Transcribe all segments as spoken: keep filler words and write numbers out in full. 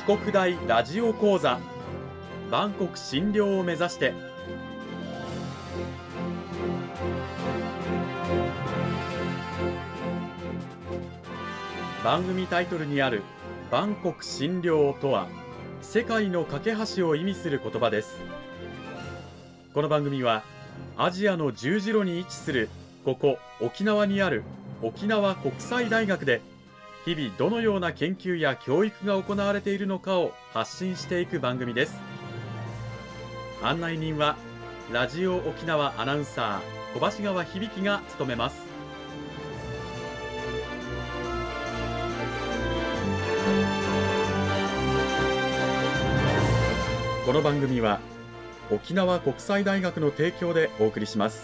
帰国大ラジオ講座、万国診療を目指して。番組タイトルにある万国診療とは、世界の架け橋を意味する言葉です。この番組はアジアの十字路に位置するここ沖縄にある沖縄国際大学で、日々どのような研究や教育が行われているのかを発信していく番組です。案内人はラジオ沖縄アナウンサー小橋川響が務めます。この番組は沖縄国際大学の提供でお送りします。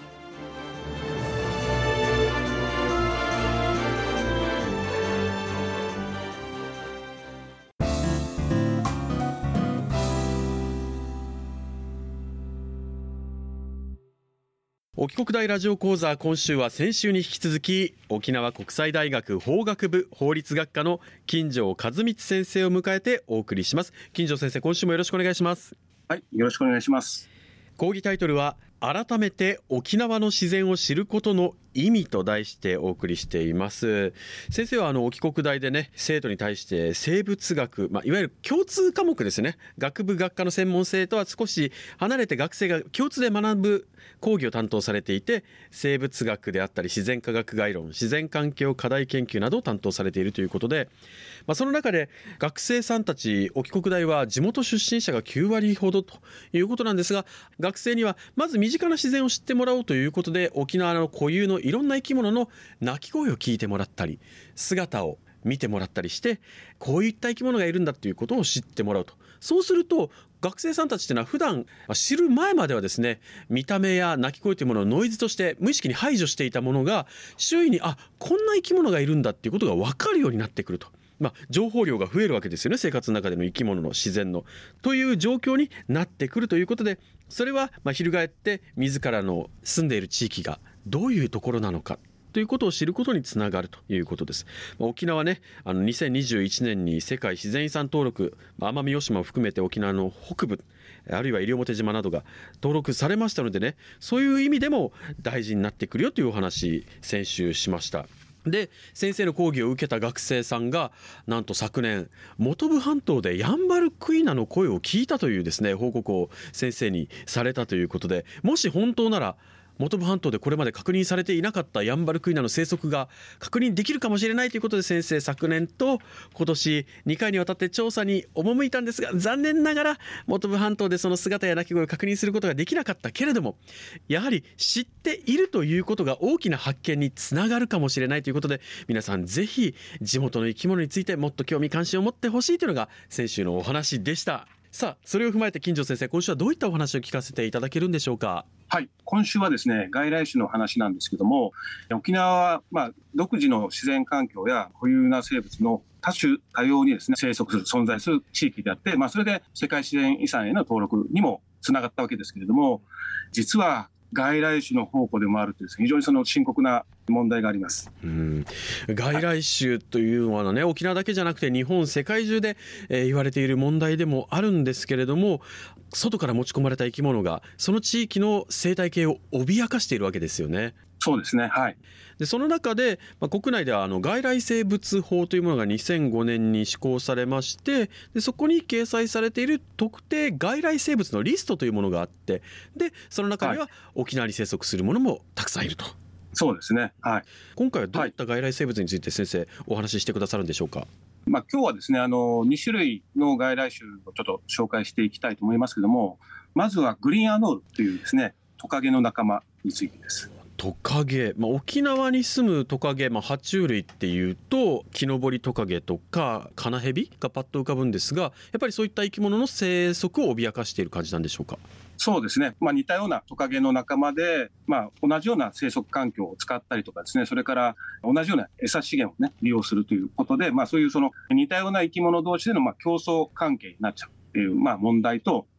沖国大ラジオ講座、今週は先週に引き続き沖縄国際大学法学部法律学科の金城和光先生を迎えてお送りします。金城先生、今週もよろしくお願いします。 はい、よろしくお願いします。 講義タイトルは改めて沖縄の自然を知ることの意味と題してお送りしています。先生はあの沖国大でね、生徒に対して生物学、まあ、いわゆる共通科目ですね、学部学科の専門性とは少し離れて学生が共通で学ぶ講義を担当されていて、生物学であったり自然科学概論、自然環境課題研究などを担当されているということで、まあ、その中で学生さんたち、沖国大は地元出身者がきゅうわりほどということなんですが、学生にはまず身近な自然を知ってもらおうということで、沖縄の固有のいろんな生き物の鳴き声を聞いてもらったり、姿を見てもらったりして、こういった生き物がいるんだということを知ってもらうと。そうすると学生さんたちっていうのは普段知る前まではですね、見た目や鳴き声というものをノイズとして無意識に排除していたものが、周囲にあこんな生き物がいるんだっていうことが分かるようになってくると。まあ、情報量が増えるわけですよね、生活の中での生き物の自然のという状況になってくるということで、それはまあ翻って自らの住んでいる地域がどういうところなのかということを知ることにつながるということです。沖縄ね、あのにせんにじゅういちねんに世界自然遺産登録、奄美大島を含めて沖縄の北部、あるいは西表島などが登録されましたのでね、そういう意味でも大事になってくるよというお話、先週しました。で、先生の講義を受けた学生さんがなんと昨年本部半島でヤンバルクイナの声を聞いたというですね、報告を先生にされたということで、もし本当なら本部半島でこれまで確認されていなかったヤンバルクイナの生息が確認できるかもしれないということで、先生昨年と今年にかいにわたって調査に赴いたんですが、残念ながら本部半島でその姿や鳴き声を確認することができなかったけれども、やはり知っているということが大きな発見につながるかもしれないということで、皆さんぜひ地元の生き物についてもっと興味関心を持ってほしいというのが先週のお話でした。さあ、それを踏まえて金城先生、今週はどういったお話を聞かせていただけるんでしょうか。 はい、今週はですね、外来種の話なんですけども、沖縄はまあ独自の自然環境や固有な生物の多種多様にですね生息する存在する地域であって、まあ、それで世界自然遺産への登録にもつながったわけですけれども、実は外来種の宝庫でもあるという非常にその深刻な問題があります。 うん、外来種というのはね、沖縄だけじゃなくて日本世界中で、えー、言われている問題でもあるんですけれども、外から持ち込まれた生き物がその地域の生態系を脅かしているわけですよね。 そうですね、はい。 でその中で、まあ、国内ではあの外来生物法というものがにせんごねんに施行されまして、でそこに掲載されている特定外来生物のリストというものがあって、でその中には沖縄に生息するものもたくさんいると。 そうですね、はい。 今回はどういった外来生物について先生、お話ししてくださるんでしょうか。 まあ、今日はですね、あのに種類の外来種をちょっと紹介していきたいと思いますけども、まずはグリーンアノールというですねトカゲの仲間についてです。 トカゲ、まあ、沖縄に住むトカゲ、まあ、爬虫類っていうと木登りトカゲとかカナヘビがパッと浮かぶんですが、やっぱりそういった生き物の生息を脅かしている感じなんでしょうか。 そうですね、まあ、似たようなトカゲの仲間で、まあ、同じような生息環境を使ったりとかですね、それから同じような餌資源を、ね、利用するということで、まあ、そういうその似たような生き物同士でのまあ競争関係になっちゃうっていうまあ問題と、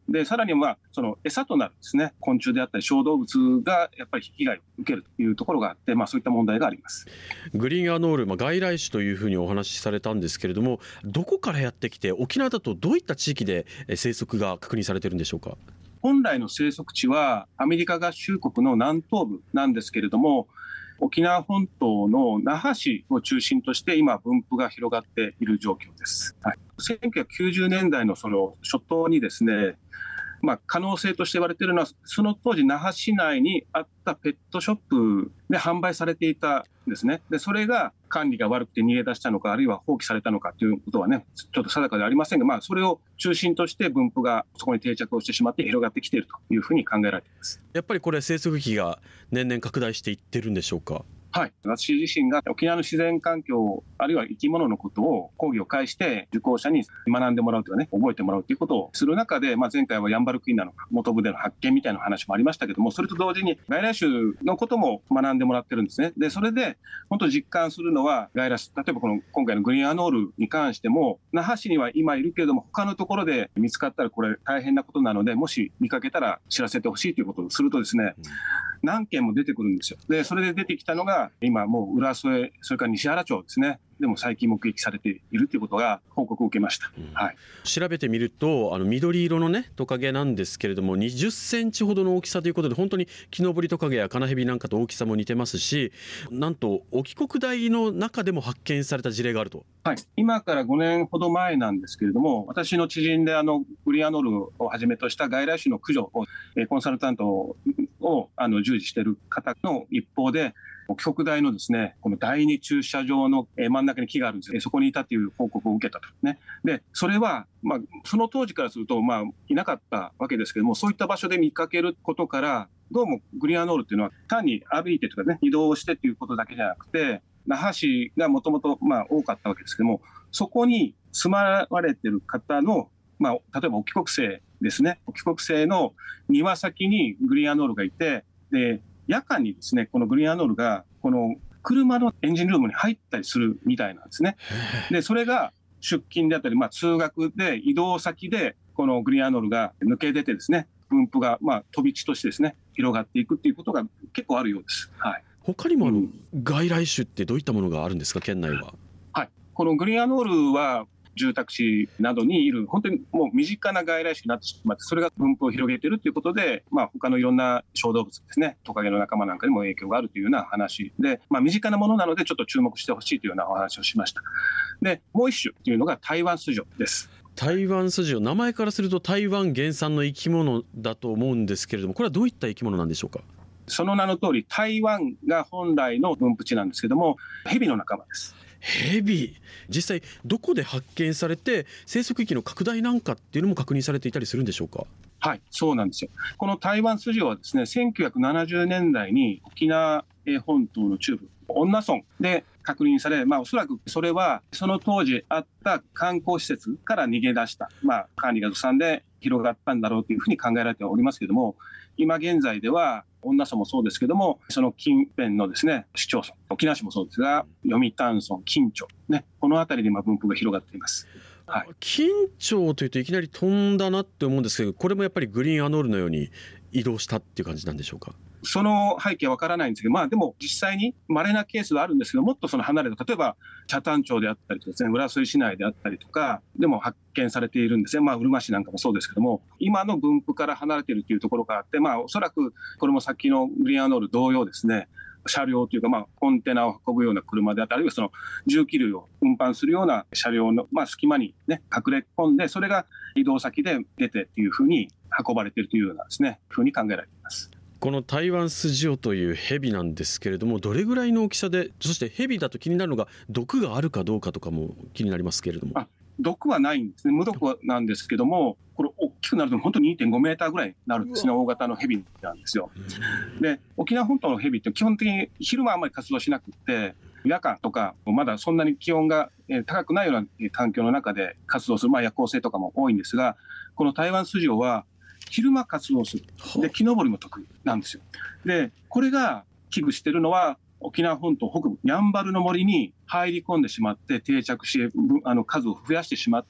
でさらにはその餌となるですね昆虫であったり小動物がやっぱり被害を受けるというところがあって、まあ、そういった問題があります。 グリーンアノール、まあ、外来種というふうにお話しされたんですけれども、どこからやってきて沖縄だとどういった地域で生息が確認されているんでしょうか。 本来の生息地はアメリカ合衆国の南東部なんですけれども、沖縄本島の那覇市を中心として今分布が広がっている状況です。はい、せんきゅうひゃくきゅうじゅうねんだいのその初頭にですね、まあ、可能性として言われているのは、その当時那覇市内にあったペットショップで販売されていたんですね。でそれが管理が悪くて逃げ出したのか、あるいは放棄されたのかということはねちょっと定かではありませんが、まあ、それを中心として分布がそこに定着をしてしまって広がってきているというふうに考えられています。 やっぱりこれ生息域が年々拡大していってるんでしょうか。 はい、私自身が沖縄の自然環境あるいは生き物のことを講義を介して受講者に学んでもらうというかね、覚えてもらうということをする中で、まあ、前回はヤンバルクイナの元部での発見みたいな話もありましたけども、それと同時に外来種のことも学んでもらってるんですね。でそれで本当実感するのは外来種、例えばこの今回のグリーンアノールに関しても那覇市には今いるけれども他のところで見つかったらこれ大変なことなので、もし見かけたら知らせてほしいということをするとですね、うん、何件も出てくるんですよ。でそれで出てきたのが今もう浦添、それから西原町ですね、でも最近目撃されているということが報告を受けました。うん、はい、 調べてみるとあの緑色のねトカゲなんですけれどもにじゅっセンチほどの大きさということで、本当にキノボリトカゲやカナヘビなんかと大きさも似てますし、なんと沖国大の中でも発見された事例があると。 はい、今からごねんほど前なんですけれども、私の知人であのグリーンアノールをはじめとした外来種の駆除をコンサルタントをあの従事している方の一方で、沖国大のですねこの第二駐車場の真ん中に木があるんです。そこにいたという報告を受けたとね。でそれは、まあ、その当時からすると、まあ、いなかったわけですけども、そういった場所で見かけることからどうもグリーンアノールというのは単に歩いてとかね移動してということだけじゃなくて、那覇市がもともと多かったわけですけども、そこに住まわれている方の、まあ、例えば沖国生ですね、沖国生の庭先にグリーンアノールがいて、で夜間にですねこのグリーンアノールがこの車のエンジンルームに入ったりするみたいなんですね。でそれが出勤であったり、まあ、通学で移動先でこのグリーンアノールが抜け出てですね、分布がまあ飛び地としてですね広がっていくっていうことが結構あるようです。はい、 他にもあの、うん、外来種ってどういったものがあるんですか、県内は。 はい、このグリーンアノールは住宅地などにいる本当にもう身近な外来種になってしまって、それが分布を広げているということで、まあ、他のいろんな小動物ですね、トカゲの仲間なんかにも影響があるというような話で、まあ、身近なものなのでちょっと注目してほしいというようなお話をしました。でもう一種というのが台湾スジョです。 台湾スジョ、名前からすると台湾原産の生き物だと思うんですけれども、これはどういった生き物なんでしょうか。 その名の通り台湾が本来の分布地なんですけども、ヘビの仲間です。 ヘビ、実際どこで発見されて生息域の拡大なんかっていうのも確認されていたりするんでしょうか。 はい、そうなんですよ。この台湾スジョはですね、せんきゅうひゃくななじゅうねんだいに沖縄本島の中部恩納村で確認され、まあ、おそらくそれはその当時あった観光施設から逃げ出した、まあ、管理がずさんで広がったんだろうというふうに考えられておりますけれども、今現在では恩納村もそうですけども、その近辺のですね市町村、沖縄市もそうですが読谷村、金武町、ね、この辺りで今分布が広がっています。はい、 金武というといきなり飛んだなって思うんですけど、これもやっぱりグリーンアノールのように移動したっていう感じなんでしょうか。 その背景はわからないんですけど、まあ、でも実際に稀なケースはあるんですけど、もっとその離れた例えば北谷町であったりとかですね、浦添市内であったりとかでも発見されているんですね。まあ、うるま市なんかもそうですけども、今の分布から離れているというところがあって、まあ、おそらくこれも先のグリーンアノール同様ですね、車両というか、まあ、コンテナを運ぶような車であったり、あるいはその重機類を運搬するような車両の、まあ、隙間に、ね、隠れ込んで、それが移動先で出てというふうに運ばれているというようなですね、ふうに考えられています。 この台湾スジオというヘビなんですけれども、どれぐらいの大きさで、そしてヘビだと気になるのが毒があるかどうかとかも気になりますけれども。 あ、毒はないんですね。無毒なんですけども、これ大きくなると本当に にてんごメーターぐらいになるんですね。大型のヘビなんですよ。で、沖縄本島のヘビって基本的に昼間あんまり活動しなくて、夜間とかまだそんなに気温が高くないような環境の中で活動する、まあ、夜行性とかも多いんですが、この台湾スジオは昼間活動する。で、木登りも得意なんですよ。で、これが危惧しているのは、沖縄本島北部やんばるの森に入り込んでしまって定着してあの数を増やしてしまったら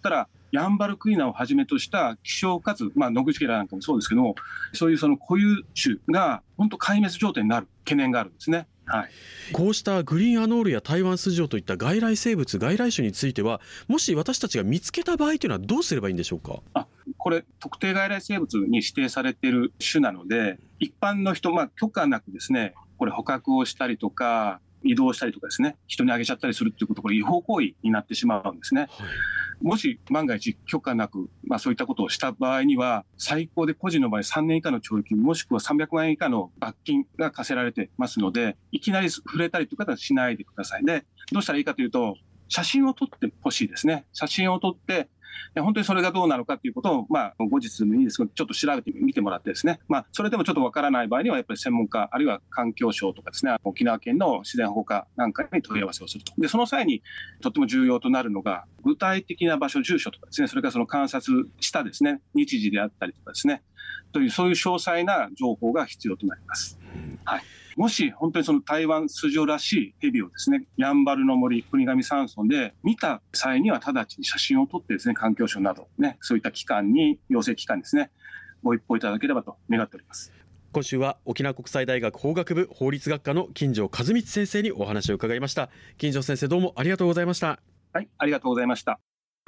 ヤンバルクイナをはじめとした希少かつ、まあ、ノグチゲラなんかもそうですけども、そういうその固有種が本当壊滅状態になる懸念があるんですね。はい、 こうしたグリーンアノールやタイワンスジョウといった外来生物、外来種については、もし私たちが見つけた場合というのはどうすればいいんでしょうか。 あこれ特定外来生物に指定されている種なので、一般の人、まあ、許可なくですね、これ捕獲をしたりとか移動したりとかですね、人にあげちゃったりするっていうこと、これ違法行為になってしまうんですね。はい、もし万が一許可なく、まあ、そういったことをした場合には、最高で個人の場合さんねん以下の懲役、もしくはさんびゃくまんえん以下の罰金が課せられてますので、いきなり触れたりという方はしないでください。で、どうしたらいいかというと、写真を撮ってほしいですね。写真を撮って、本当にそれがどうなのかということを、まあ、後日でもいいですけど、ちょっと調べてみてもらってですね、まあ、それでもちょっとわからない場合には、やっぱり専門家、あるいは環境省とかですね、沖縄県の自然保護課なんかに問い合わせをすると。で、その際にとっても重要となるのが、具体的な場所、住所とかですね、それからその観察したですね、日時であったりとかですね、というそういう詳細な情報が必要となります。はい、もし本当にその台湾スジョウらしいヘビをですね、やんばるの森国頭山村で見た際には直ちに写真を撮ってですね、環境省などね、そういった機関に、行政機関にですね、ご一報いただければと願っております。 今週は沖縄国際大学法学部法律学科の金城和光先生にお話を伺いました。金城先生、どうもありがとうございました。 はい、ありがとうございました。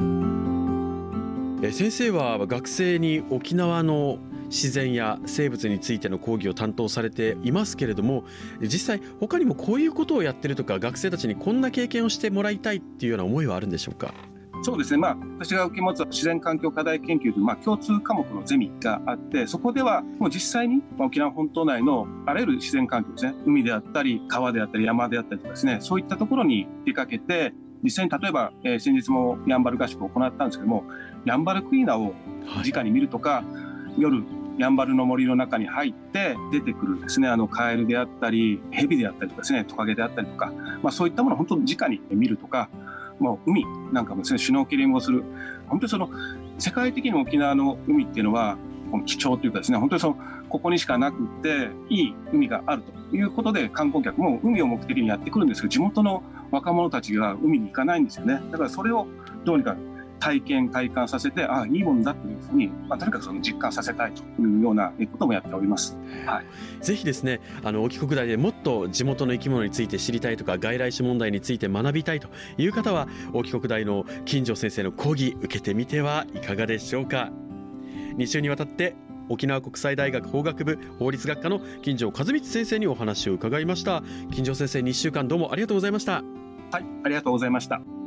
え先生は学生に沖縄の自然や生物についての講義を担当されていますけれども、実際他にもこういうことをやってるとか、学生たちにこんな経験をしてもらいたいっていうような思いはあるんでしょうか。 そうですね、まあ、私が受け持つ自然環境課題研究という、まあ、共通科目のゼミがあって、そこではもう実際に沖縄本島内のあらゆる自然環境ですね、海であったり川であったり山であったりとかですね、そういったところに出かけて、実際に例えば、えー、先日もヤンバル合宿を行ったんですけども、ヤンバルクイナを直に見るとか、はい、夜やんばるの森の中に入って出てくるですね、あのカエルであったりヘビであったりとかですね、トカゲであったりとか、まあ、そういったものを本当に直に見るとか、もう海なんかもですね、シュノーケリングをする、本当にその世界的に沖縄の海っていうのは貴重というかですね、本当にそのここにしかなくっていい海があるということで、観光客も海を目的にやってくるんですけど、地元の若者たちが海に行かないんですよね。だからそれをどうにか体験体感させて、ああいいもんだというふうに、まあ、とにかくその実感させたいというようなこともやっております。はい、 ぜひですね、あの沖国大でもっと地元の生き物について知りたいとか、外来種問題について学びたいという方は、沖国大の金城先生の講義受けてみてはいかがでしょうか。に週にわたって沖縄国際大学法学部法律学科の金城和光先生にお話を伺いました。金城先生、にしゅうかんどうもありがとうございました。 はい、ありがとうございました。